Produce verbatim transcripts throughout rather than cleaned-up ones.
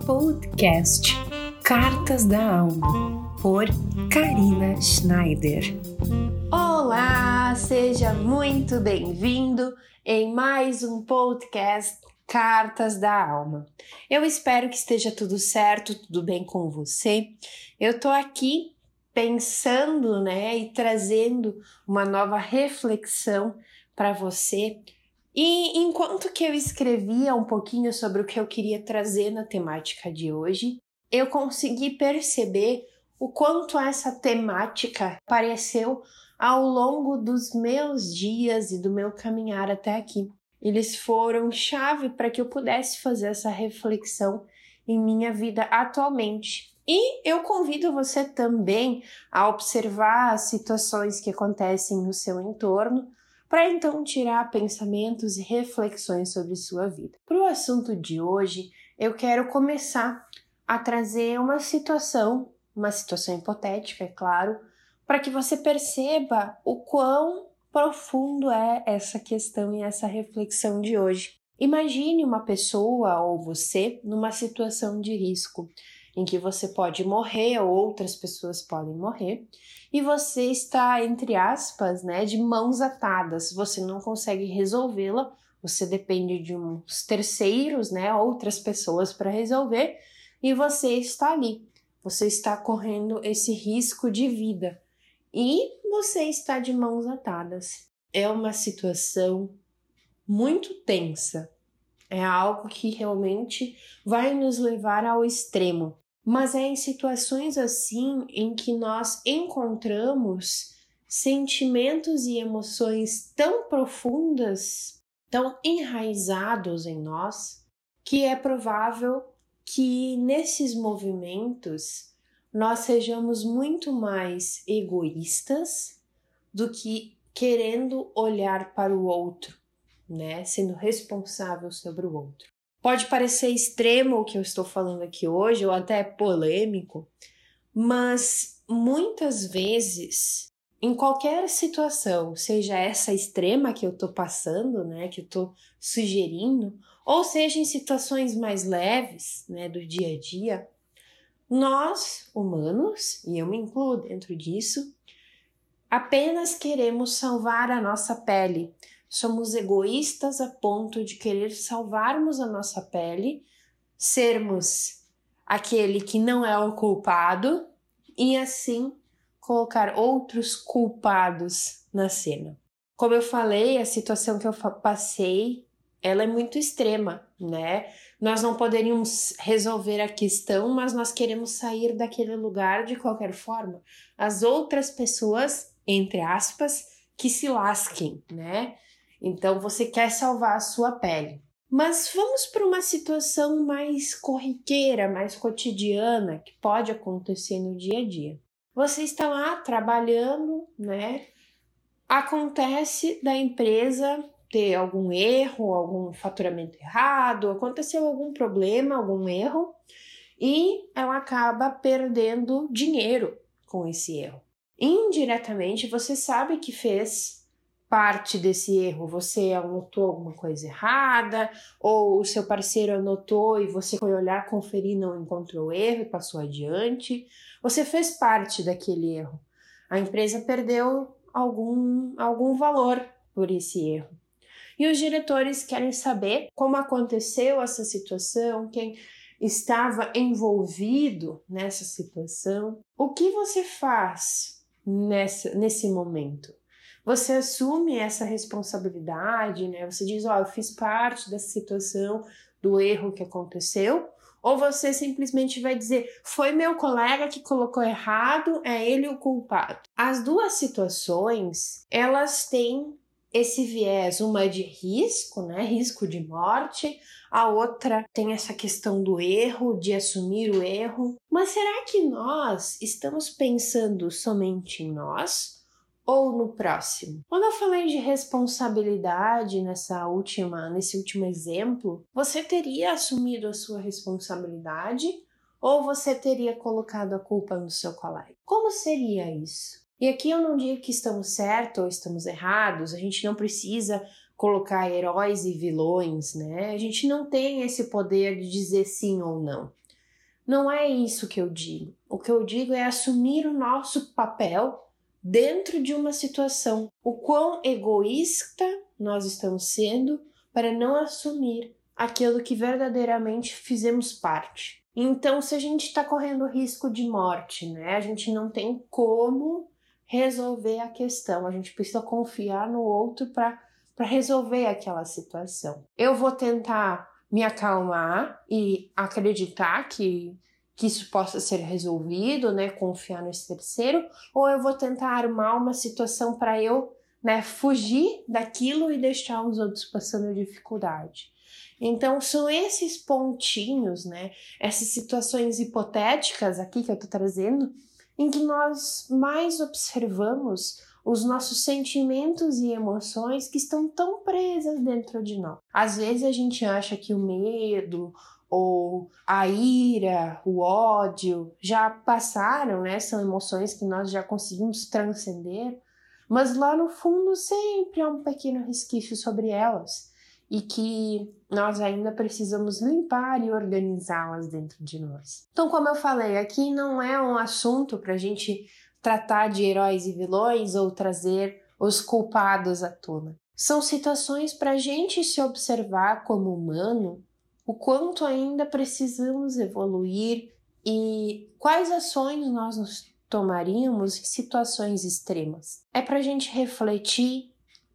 Podcast Cartas da Alma, por Karina Schneider. Olá, seja muito bem-vindo em mais um podcast Cartas da Alma. Eu espero que esteja tudo certo, tudo bem com você. Eu tô aqui pensando, né, e trazendo uma nova reflexão para você. E enquanto que eu escrevia um pouquinho sobre o que eu queria trazer na temática de hoje, eu consegui perceber o quanto essa temática apareceu ao longo dos meus dias e do meu caminhar até aqui. Eles foram chave para que eu pudesse fazer essa reflexão em minha vida atualmente. E eu convido você também a observar as situações que acontecem no seu entorno, para então tirar pensamentos e reflexões sobre sua vida. Para o assunto de hoje, eu quero começar a trazer uma situação, uma situação hipotética, é claro, para que você perceba o quão profundo é essa questão e essa reflexão de hoje. Imagine uma pessoa ou você numa situação de risco, em que você pode morrer ou outras pessoas podem morrer, e você está, entre aspas, né, de mãos atadas, você não consegue resolvê-la, você depende de uns terceiros, né, outras pessoas para resolver, e você está ali, você está correndo esse risco de vida, e você está de mãos atadas. É uma situação muito tensa, é algo que realmente vai nos levar ao extremo. Mas é em situações assim em que nós encontramos sentimentos e emoções tão profundas, tão enraizados em nós, que é provável que nesses movimentos nós sejamos muito mais egoístas do que querendo olhar para o outro, né? Sendo responsável sobre o outro. Pode parecer extremo o que eu estou falando aqui hoje, ou até polêmico, mas muitas vezes, em qualquer situação, seja essa extrema que eu estou passando, né, que eu estou sugerindo, ou seja em situações mais leves, né, do dia a dia, nós, humanos, e eu me incluo dentro disso, apenas queremos salvar a nossa pele. Somos egoístas a ponto de querer salvarmos a nossa pele, sermos aquele que não é o culpado e assim colocar outros culpados na cena. Como eu falei, a situação que eu passei, ela é muito extrema, né? Nós não poderíamos resolver a questão, mas nós queremos sair daquele lugar de qualquer forma. As outras pessoas, entre aspas, que se lasquem, né? Então você quer salvar a sua pele. Mas vamos para uma situação mais corriqueira, mais cotidiana, que pode acontecer no dia a dia. Você está lá trabalhando, né? Acontece da empresa ter algum erro, algum faturamento errado, aconteceu algum problema, algum erro, e ela acaba perdendo dinheiro com esse erro. Indiretamente, você sabe que fez parte desse erro, você anotou alguma coisa errada, ou o seu parceiro anotou e você foi olhar, conferir, não encontrou o erro e passou adiante. Você fez parte daquele erro. A empresa perdeu algum, algum valor por esse erro. E os diretores querem saber como aconteceu essa situação, quem estava envolvido nessa situação. O que você faz nessa, nesse momento? Você assume essa responsabilidade, né? Você diz, ó, oh, eu fiz parte dessa situação, do erro que aconteceu, ou você simplesmente vai dizer, foi meu colega que colocou errado, é ele o culpado. As duas situações, elas têm esse viés, uma de risco, né? Risco de morte, a outra tem essa questão do erro, de assumir o erro. Mas será que nós estamos pensando somente em nós? Ou no próximo? Quando eu falei de responsabilidade nessa última, nesse último exemplo, você teria assumido a sua responsabilidade ou você teria colocado a culpa no seu colega? Como seria isso? E aqui eu não digo que estamos certos ou estamos errados, a gente não precisa colocar heróis e vilões, né? A gente não tem esse poder de dizer sim ou não. Não é isso que eu digo. O que eu digo é assumir o nosso papel dentro de uma situação. O quão egoísta nós estamos sendo para não assumir aquilo que verdadeiramente fizemos parte. Então, se a gente está correndo risco de morte, né, a gente não tem como resolver a questão. A gente precisa confiar no outro para para resolver aquela situação. Eu vou tentar me acalmar e acreditar que que isso possa ser resolvido, né, confiar nesse terceiro, ou eu vou tentar armar uma situação para eu, né, fugir daquilo e deixar os outros passando dificuldade. Então, são esses pontinhos, né, essas situações hipotéticas aqui que eu tô trazendo, em que nós mais observamos os nossos sentimentos e emoções que estão tão presas dentro de nós. Às vezes a gente acha que o medo ou a ira, o ódio, já passaram, né? São emoções que nós já conseguimos transcender, mas lá no fundo sempre há um pequeno resquício sobre elas e que nós ainda precisamos limpar e organizá-las dentro de nós. Então, como eu falei, aqui não é um assunto para a gente tratar de heróis e vilões ou trazer os culpados à tona. São situações para a gente se observar como humano, o quanto ainda precisamos evoluir e quais ações nós nos tomaríamos em situações extremas. É para a gente refletir,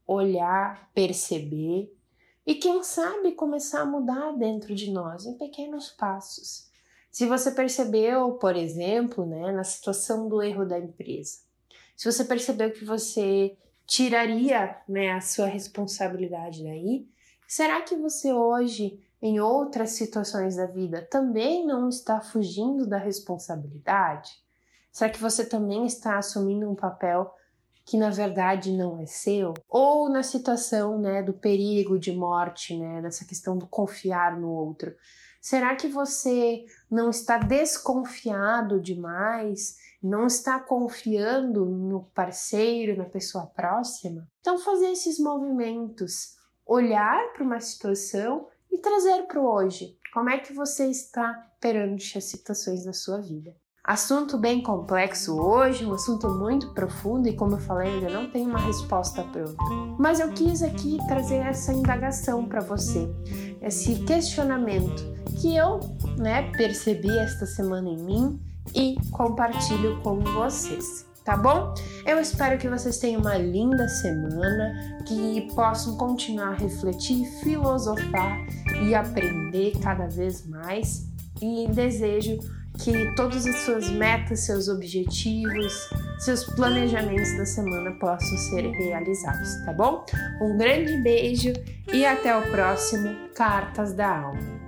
olhar, perceber e quem sabe começar a mudar dentro de nós em pequenos passos. Se você percebeu, por exemplo, né, na situação do erro da empresa, se você percebeu que você tiraria, né, a sua responsabilidade daí, será que você hoje, em outras situações da vida, também não está fugindo da responsabilidade? Será que você também está assumindo um papel que na verdade não é seu? Ou na situação, né, do perigo de morte, né, dessa questão do confiar no outro, será que você não está desconfiado demais? Não está confiando no parceiro, na pessoa próxima? Então fazer esses movimentos, olhar para uma situação e trazer para o hoje. Como é que você está perante as situações da sua vida? Assunto bem complexo hoje, um assunto muito profundo e, como eu falei, ainda não tem uma resposta pronta. Mas eu quis aqui trazer essa indagação para você, esse questionamento que eu, né, percebi esta semana em mim e compartilho com vocês. Tá bom? Eu espero que vocês tenham uma linda semana, que possam continuar a refletir, filosofar e aprender cada vez mais. E desejo que todas as suas metas, seus objetivos, seus planejamentos da semana possam ser realizados, tá bom? Um grande beijo e até o próximo Cartas da Alma.